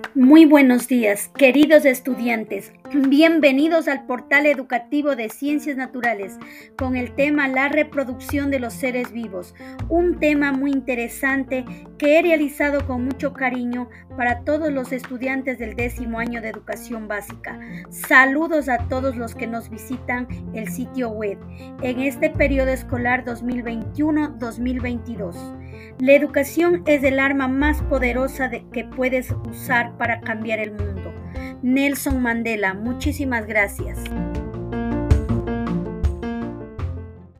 Muy buenos días, queridos estudiantes. Bienvenidos al portal educativo de Ciencias Naturales con el tema La reproducción de los seres vivos, un tema muy interesante que he realizado con mucho cariño para todos los estudiantes del 10º año de educación básica. Saludos a todos los que nos visitan el sitio web en este periodo escolar 2021-2022. La educación es el arma más poderosa que puedes usar para cambiar el mundo. Nelson Mandela, muchísimas gracias.